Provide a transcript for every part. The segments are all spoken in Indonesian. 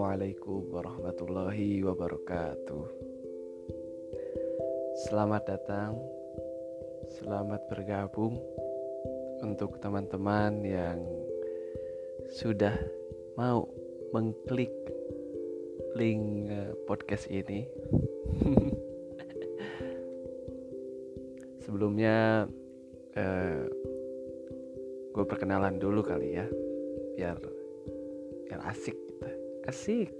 Assalamualaikum warahmatullahi wabarakatuh. Selamat datang, selamat bergabung untuk teman-teman yang sudah mau mengklik link podcast ini. Sebelumnya gue perkenalan dulu kali ya, biar asik gitu. Asik.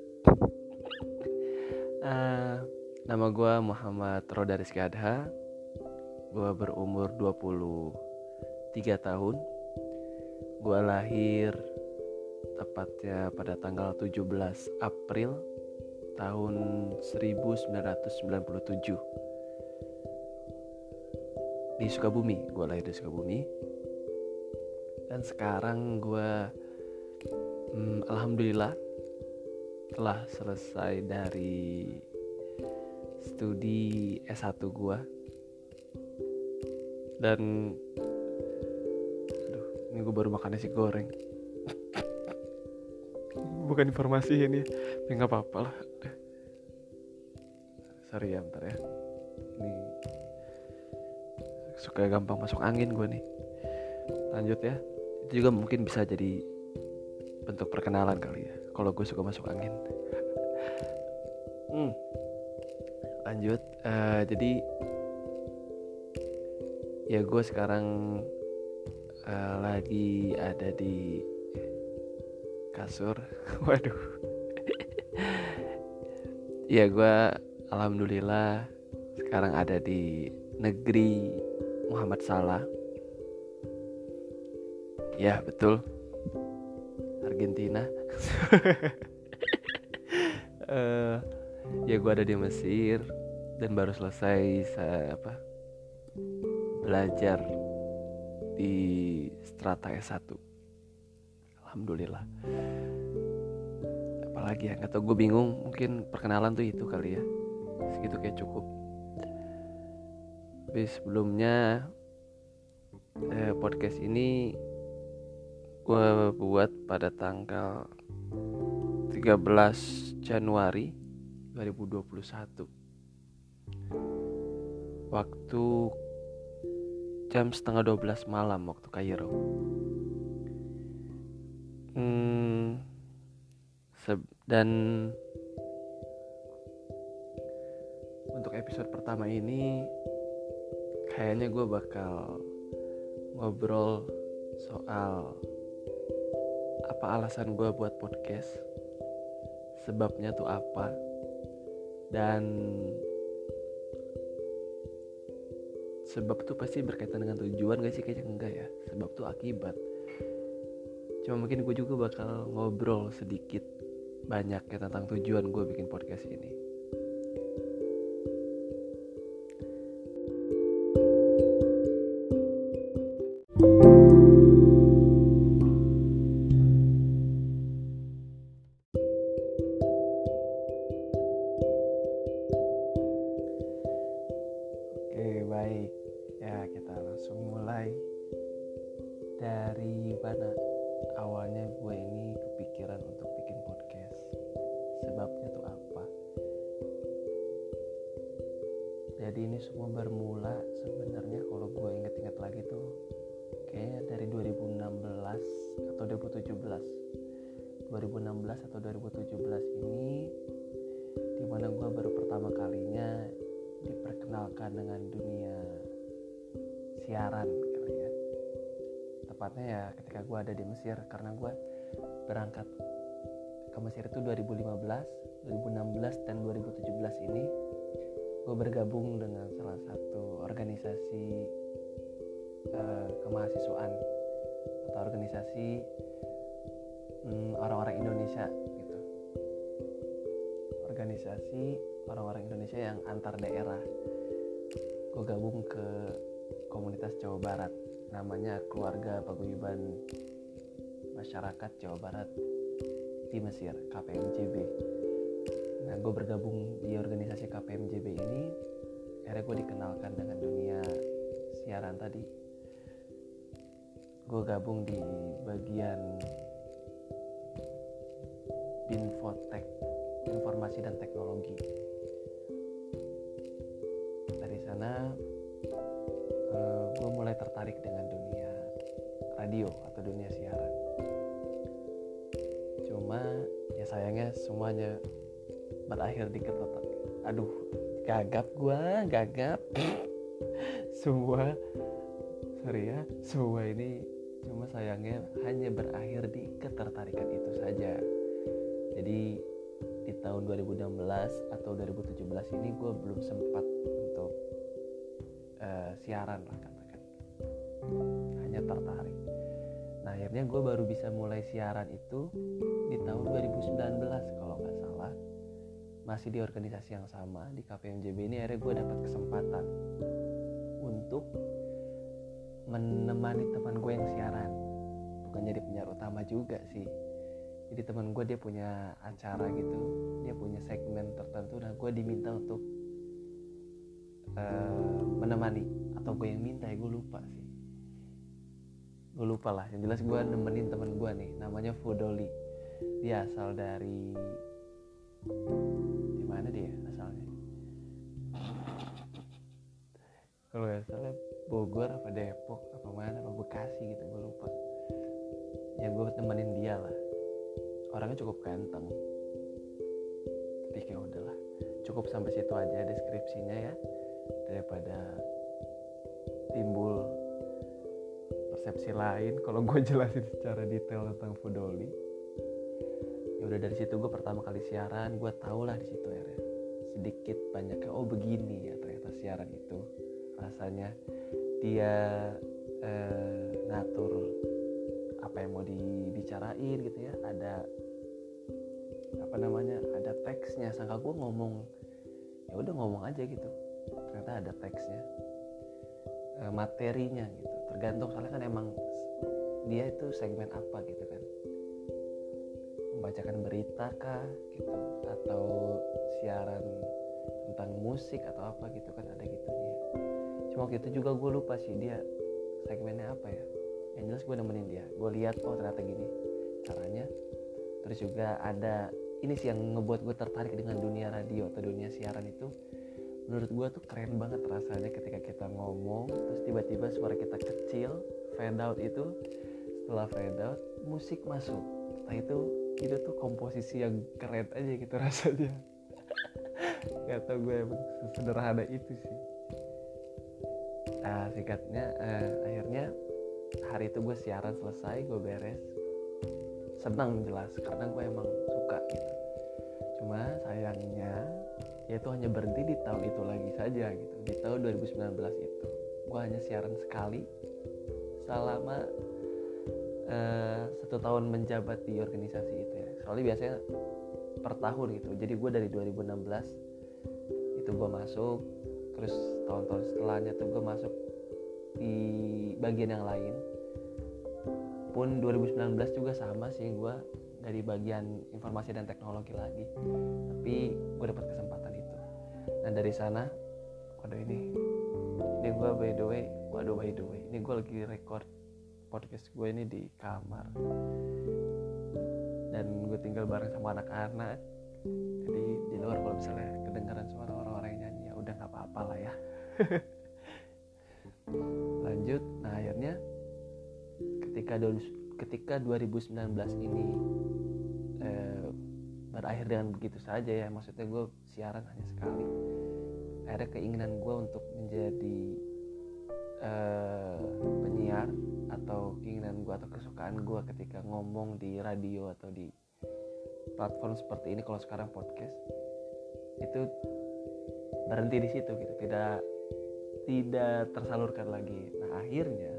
Nama gue Muhammad Roda Rizky Adha. Gue berumur 23 tahun. Gue lahir tepatnya pada tanggal 17 April tahun 1997 di Sukabumi. Gue lahir di Sukabumi. Dan sekarang gue alhamdulillah telah selesai dari studi S1 gue. Dan ini gue baru makan nasi goreng. Bukan informasi ini, tapi gak apa-apa lah. Sorry ya, bentar ya. Ini suka gampang masuk angin gue nih. Lanjut ya. Itu juga mungkin bisa jadi bentuk perkenalan kali ya, kalau gue suka masuk angin. Lanjut. Jadi ya gue sekarang lagi ada di kasur. Waduh. Ya gue alhamdulillah sekarang ada di negeri Muhammad Salah. Ya betul, Argentina. Ya gue ada di Mesir dan baru selesai belajar di strata S1. Alhamdulillah. Apalagi ya, gak tau, gue bingung. Mungkin perkenalan tuh itu kali ya, segitu kayak cukup. Tapi sebelumnya podcast ini gue buat pada tanggal 13 Januari 2021. Waktu jam 11:30 malam waktu Kairo. Dan untuk episode pertama ini kayaknya gue bakal ngobrol soal apa alasan gue buat podcast, sebabnya tuh apa, dan sebab tuh pasti berkaitan dengan tujuan gak sih? Kayaknya enggak ya, sebab tuh akibat. Cuma mungkin gue juga bakal ngobrol sedikit banyak ya tentang tujuan gue bikin podcast ini. Oke, baik. Ya, kita langsung mulai. Dari mana awalnya gue ini kepikiran untuk bikin podcast? Sebabnya tuh apa? Jadi ini semua bermula sebenarnya kalau gue inget-inget lagi tuh kayaknya dari 2016 atau 2017. 2016 atau 2017 ini dimana gue baru pertama kalinya diperkenalkan dengan dunia siaran kali ya. Tepatnya ya ketika gue ada di Mesir, karena gue berangkat ke Mesir itu 2015, 2016 dan 2017 ini gue bergabung dengan salah satu organisasi kemahasiswaan atau organisasi orang-orang Indonesia gitu. Organisasi orang-orang Indonesia yang antar daerah. Gue gabung ke komunitas Jawa Barat, namanya Keluarga Paguyuban Masyarakat Jawa Barat di Mesir, KPMJB. Nah, gue bergabung di organisasi KPMJB ini, akhirnya gue dikenalkan dengan dunia siaran tadi. Gue gabung di bagian Infotek Informasi dan Teknologi. Dari sana gue mulai tertarik dengan dunia radio atau dunia siaran. Cuma ya sayangnya semuanya berakhir di gagap semua ini cuma sayangnya hanya berakhir di ketertarikan itu saja. Jadi di tahun 2016 atau 2017 ini gue belum sempat untuk siaran lah katakan, hanya tertarik. Nah akhirnya gue baru bisa mulai siaran itu di tahun 2019 kalau nggak salah, masih di organisasi yang sama di KPMJB ini. Akhirnya gue dapat kesempatan untuk menemani teman gue yang siaran, bukan jadi penyiar utama juga sih. Jadi teman gue dia punya acara gitu, dia punya segmen tertentu, dan gue diminta untuk menemani, atau gue yang minta ya, gue lupa lah. Yang jelas gue nemenin teman gue nih, namanya Fudoli. Dia asal dari mana dia asalnya? Kalau nggak salah Bogor apa Depok apa mana apa Bekasi gitu, gue lupa. Ya gue nemenin dia lah. Orangnya cukup ganteng. Jadi kayak udahlah, cukup sampai situ aja deskripsinya ya, daripada timbul persepsi lain kalau gue jelasin secara detail tentang Fudoli. Ya udah, dari situ gue pertama kali siaran, gue tau lah di situ ya sedikit banyaknya, oh begini ya ternyata siaran itu rasanya. Dia ngatur apa yang mau dibicarain gitu ya, ada ada teksnya. Sangka gue ngomong ya udah ngomong aja gitu, ternyata ada teksnya, materinya gitu, tergantung. Soalnya kan emang dia itu segmen apa gitu kan, membacakan berita kah gitu, atau siaran tentang musik atau apa gitu kan, ada gitunya. Cuma waktu itu juga gue lupa sih dia segmennya apa ya. Yang jelas gue nemenin dia, gue lihat oh ternyata gini caranya. Terus juga ada ini sih yang ngebuat gue tertarik dengan dunia radio atau dunia siaran itu. Menurut gue tuh keren banget rasanya ketika kita ngomong terus tiba-tiba suara kita kecil, fade out itu, setelah fade out musik masuk. Nah itu tuh komposisi yang keren aja gitu rasanya. Gak tau gue emang sesederhana itu sih. Nah singkatnya akhirnya hari itu gue siaran selesai, gue beres, senang jelas karena gue emang suka gitu. Cuma sayangnya ya itu hanya berhenti di tahun itu lagi saja gitu. Di tahun 2019 itu gue hanya siaran sekali selama 1 tahun menjabat di organisasi itu ya. Soalnya biasanya per tahun gitu. Jadi gue dari 2016 itu gue masuk, terus tahun-tahun setelahnya tuh gue masuk di bagian yang lain. Pun 2019 juga sama sih, gue dari bagian informasi dan teknologi lagi, tapi gue dapat kesempatan itu. Nah dari sana, ini gue by the way, ini gue lagi record podcast gue ini di kamar, dan gue tinggal bareng sama anak-anak. Jadi di luar kalau misalnya kedengaran suara orang-orang yang nyanyi ya udah nggak apa-apa lah ya. Lanjut, nah akhirnya ketika 2019 ini berakhir dengan begitu saja ya, maksudnya gue siaran hanya sekali. Akhirnya keinginan gue untuk menjadi penyiar, atau keinginan gue atau kesukaan gue ketika ngomong di radio atau di platform seperti ini, kalau sekarang podcast, itu berhenti di situ gitu, tidak tersalurkan lagi. Nah akhirnya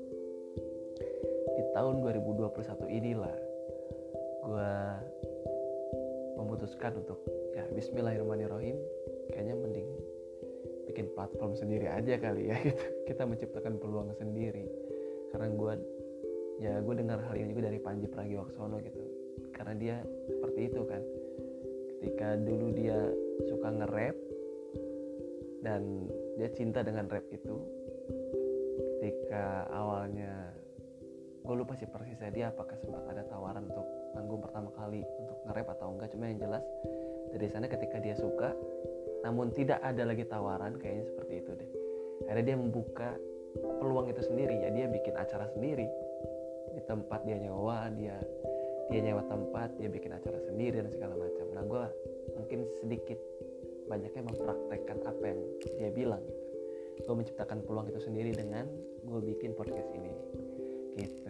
di tahun 2021 inilah gue memutuskan untuk ya bismillahirrahmanirrahim, kayaknya mending bikin platform sendiri aja kali ya gitu. Kita menciptakan peluang sendiri. Karena gue dengar hal ini juga dari Panji Pragiwaksono gitu. Karena dia seperti itu kan, ketika dulu dia suka nge-rap dan dia cinta dengan rap itu. Ketika awalnya gue lupa sih persisnya dia apakah sempat ada tawaran untuk manggung pertama kali untuk nge-rap atau enggak, cuma yang jelas Dari sana ketika dia suka namun tidak ada lagi tawaran, kayaknya seperti itu deh, akhirnya dia membuka peluang itu sendiri. Ya dia bikin acara sendiri di tempat dia nyewa, dia nyewa tempat, dia bikin acara sendiri dan segala macam. Nah gue mungkin sedikit banyaknya mempraktekkan apa yang dia bilang gitu. Gue menciptakan peluang itu sendiri dengan gue bikin podcast ini gitu.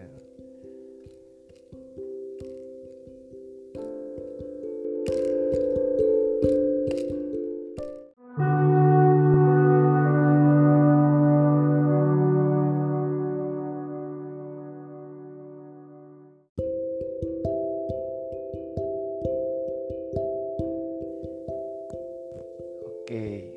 Oke,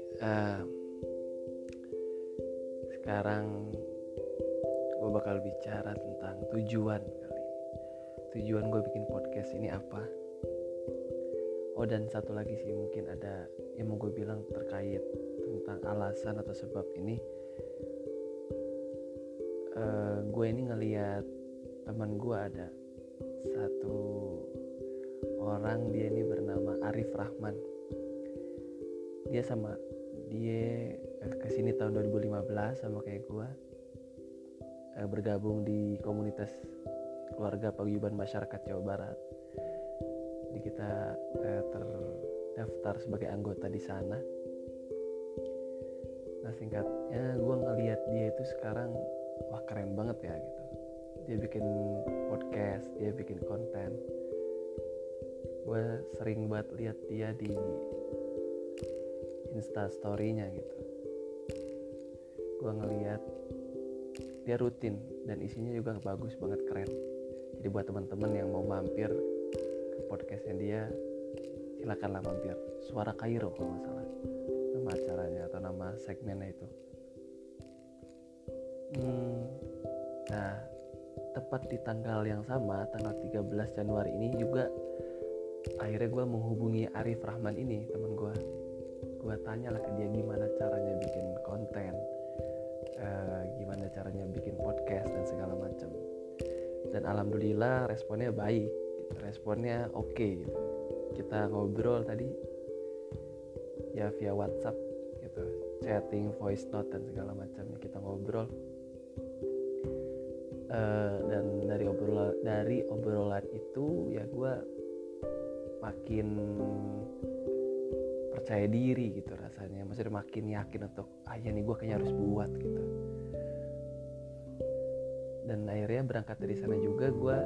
sekarang gue bakal bicara tentang tujuan kali. Tujuan gue bikin podcast ini apa? Oh, dan satu lagi sih, mungkin ada yang mau gue bilang terkait tentang alasan atau sebab ini. Gue ini ngelihat teman gue ada satu orang, dia ini bernama Arif Rahman. Dia kesini tahun 2015 sama kayak gue, bergabung di komunitas keluarga paguyuban masyarakat Jawa Barat. Jadi kita terdaftar sebagai anggota di sana. Nah singkatnya, gue ngelihat dia itu sekarang wah keren banget ya gitu. Dia bikin podcast, dia bikin konten. Gue sering banget lihat dia di Insta story-nya gitu. Gue ngelihat dia rutin dan isinya juga bagus banget, keren. Jadi buat teman-teman yang mau mampir ke podcastnya dia, silakanlah mampir. Suara Kairo kalau nggak salah nama acaranya atau nama segmennya itu. Nah tepat di tanggal yang sama, tanggal 13 Januari ini juga akhirnya gue menghubungi Arif Rahman ini, teman gue. Gue tanyalah ke dia gimana caranya bikin konten, gimana caranya bikin podcast dan segala macam. Dan alhamdulillah responnya baik gitu. Responnya oke gitu. Kita ngobrol tadi ya via WhatsApp gitu, chatting, voice note dan segala macamnya, kita ngobrol. Dan dari obrolan itu ya gue makin percaya diri gitu rasanya, maksudnya makin yakin untuk ya nih gue kayaknya harus buat gitu. Dan akhirnya berangkat dari sana juga gue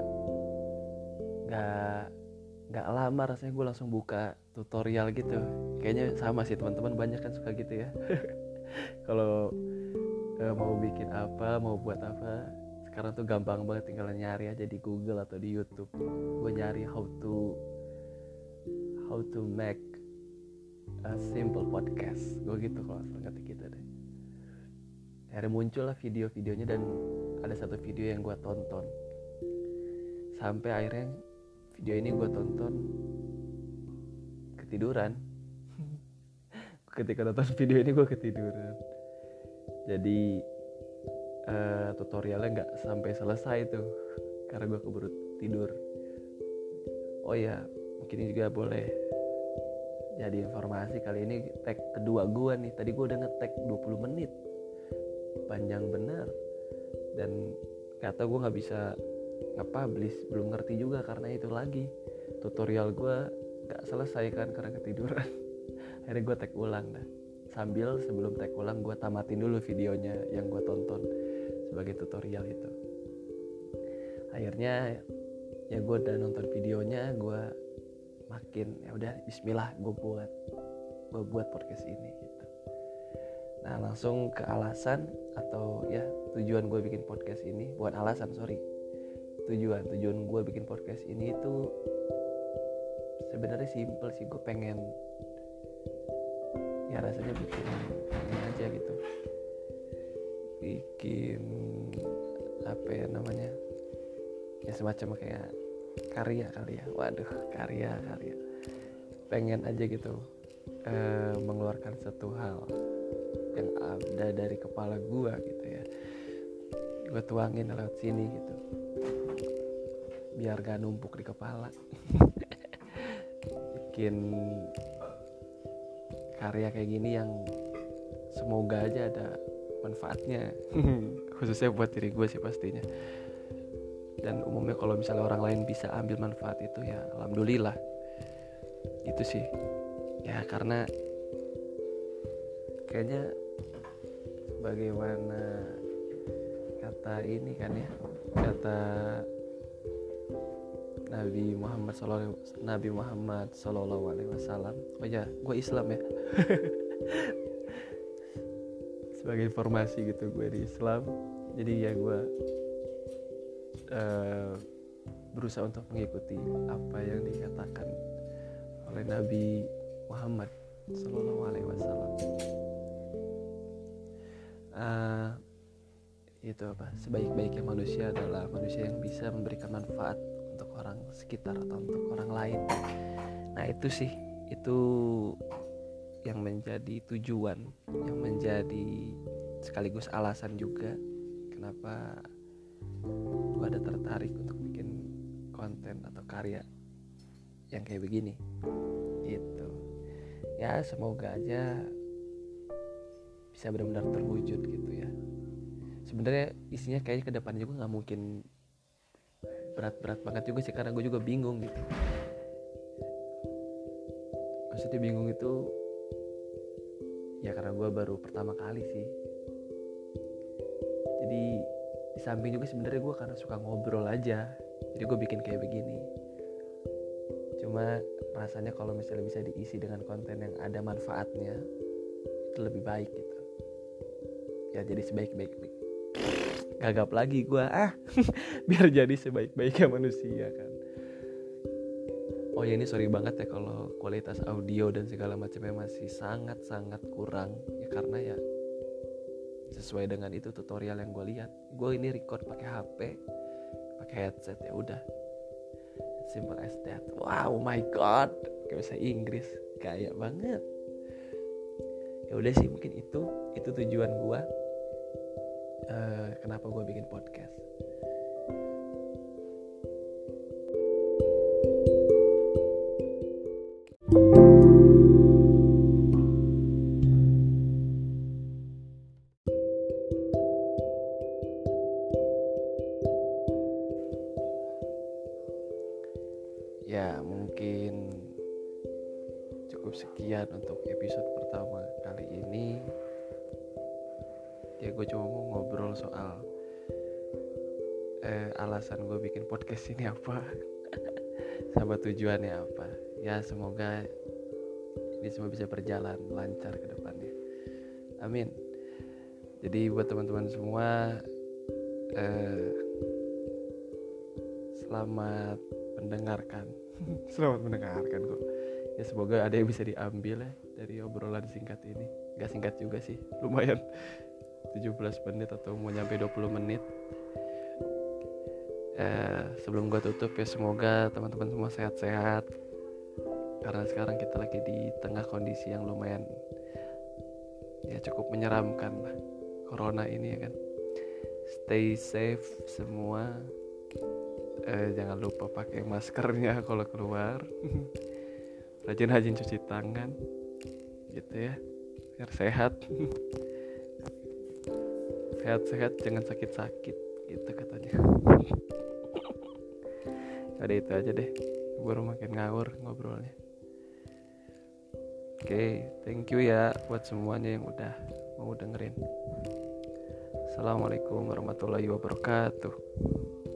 gak lama rasanya gue langsung buka tutorial gitu. Kayaknya sama sih teman-teman, banyak kan suka gitu ya. Kalau mau bikin apa, mau buat apa, sekarang tuh gampang banget, tinggal nyari aja di Google atau di YouTube. Gue nyari how to make a simple podcast, gue gitu kalau ngetik gitu deh. Akhirnya muncul lah video-videonya, dan ada satu video yang gue tonton sampai akhirnya video ini gue tonton ketiduran. Ketika nonton video ini gue ketiduran. Jadi tutorialnya nggak sampai selesai tuh karena gue keburu tidur. Oh ya, mungkin ini juga boleh jadi informasi, kali ini tag kedua gue nih. Tadi gue udah nge-tag 20 menit, panjang bener, dan kata gue nggak bisa nge-publish, belum ngerti juga karena itu lagi tutorial gue nggak selesai kan karena ketiduran. Akhirnya gue tag ulang dah. Sebelum tag ulang gue tamatin dulu videonya yang gue tonton sebagai tutorial itu. Akhirnya ya gue udah nonton videonya, gue makin ya udah bismillah, gue buat podcast ini gitu. Nah langsung ke alasan atau ya tujuan gue bikin podcast ini. Bukan alasan, tujuan gue bikin podcast ini itu sebenarnya simple sih. Gue pengen ya rasanya bikin ini aja gitu, bikin apa ya namanya, ya semacam kayak karya kali ya. Waduh, karya pengen aja gitu mengeluarkan satu hal yang ada dari kepala gue gitu ya, gue tuangin lewat sini gitu biar gak numpuk di kepala. bikin karya kayak gini yang semoga aja ada manfaatnya. Khususnya buat diri gue sih pastinya. Dan umumnya kalau misalnya orang lain bisa ambil manfaat itu ya alhamdulillah. Itu sih. Ya karena kayaknya bagaimana kata ini kan ya, kata Nabi Muhammad Sallallahu Alaihi Wasallam. Oh ya, gue Islam ya. Sebagai informasi gitu, gue di Islam. Jadi ya gue berusaha untuk mengikuti apa yang dikatakan oleh Nabi Muhammad Sallallahu Alaihi Wasallam. Itu apa? Sebaik-baiknya manusia adalah manusia yang bisa memberikan manfaat untuk orang sekitar atau untuk orang lain. Nah itu sih, itu yang menjadi tujuan, yang menjadi sekaligus alasan juga kenapa gue ada tertarik untuk bikin konten atau karya yang kayak begini. Gitu. Ya semoga aja bisa benar-benar terwujud gitu ya. Sebenarnya isinya kayaknya ke depan juga nggak mungkin berat-berat banget juga sih, karena gue juga bingung gitu. Maksudnya bingung itu ya karena gue baru pertama kali sih. Jadi di samping juga sebenarnya gue karena suka ngobrol aja, jadi gue bikin kayak begini. Cuma rasanya kalau misalnya bisa diisi dengan konten yang ada manfaatnya itu lebih baik gitu. Ya jadi sebaik-baik gagap lagi gue biar jadi sebaik-baiknya manusia kan. Oh ya ini sorry banget ya kalau kualitas audio dan segala macamnya masih sangat-sangat kurang ya, karena ya sesuai dengan itu tutorial yang gue lihat. Gue ini record pakai HP, pakai headset, ya udah, simple as that. Wow, my god, kayak bahasa Inggris kayak banget. Ya udah sih, mungkin itu tujuan gue. Kenapa gue bikin podcast. Ya mungkin cukup sekian untuk episode pertama kali ini. Ya gue cuma mau ngobrol soal alasan gue bikin podcast ini apa sama tujuannya apa. Ya semoga ini semua bisa berjalan lancar ke depannya, amin. Jadi buat teman-teman semua, selamat mendengarkan. Selamat mendengarkan kok. Ya semoga ada yang bisa diambil ya dari obrolan singkat ini. Gak singkat juga sih, lumayan 17 menit atau mau nyampe 20 menit. Sebelum gue tutup ya, semoga teman-teman semua sehat-sehat, karena sekarang kita lagi di tengah kondisi yang lumayan ya cukup menyeramkan lah, corona ini ya kan. Stay safe semua. Jangan lupa pakai maskernya kalau keluar. Rajin-rajin cuci tangan gitu ya, biar sehat. Sehat-sehat, jangan sakit-sakit gitu katanya. Ada itu aja deh, baru makin ngawur ngobrolnya. Oke, thank you ya buat semuanya yang udah mau dengerin. Assalamualaikum warahmatullahi wabarakatuh.